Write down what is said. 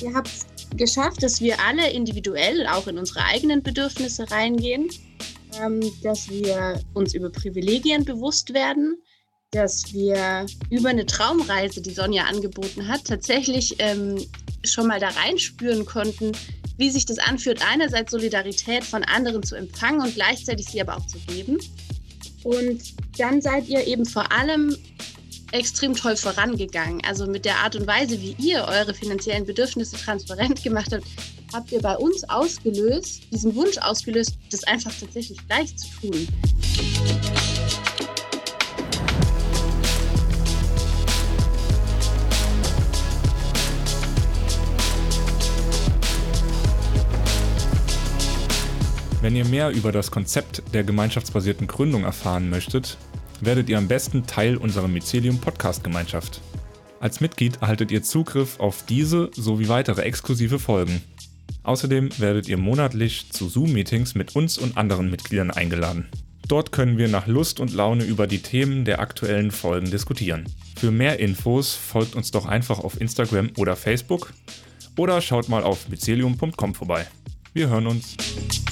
Ihr habt es geschafft, dass wir alle individuell auch in unsere eigenen Bedürfnisse reingehen, dass wir uns über Privilegien bewusst werden, dass wir über eine Traumreise, die Sonja angeboten hat, tatsächlich schon mal da reinspüren konnten, wie sich das anfühlt, einerseits Solidarität von anderen zu empfangen und gleichzeitig sie aber auch zu geben. Und dann seid ihr eben vor allem extrem toll vorangegangen. Also mit der Art und Weise, wie ihr eure finanziellen Bedürfnisse transparent gemacht habt, habt ihr bei uns diesen Wunsch ausgelöst, das einfach tatsächlich gleich zu tun. Wenn ihr mehr über das Konzept der gemeinschaftsbasierten Gründung erfahren möchtet, werdet ihr am besten Teil unserer Mycelium-Podcast-Gemeinschaft. Als Mitglied erhaltet ihr Zugriff auf diese sowie weitere exklusive Folgen. Außerdem werdet ihr monatlich zu Zoom-Meetings mit uns und anderen Mitgliedern eingeladen. Dort können wir nach Lust und Laune über die Themen der aktuellen Folgen diskutieren. Für mehr Infos folgt uns doch einfach auf Instagram oder Facebook oder schaut mal auf mycelium.com vorbei. Wir hören uns.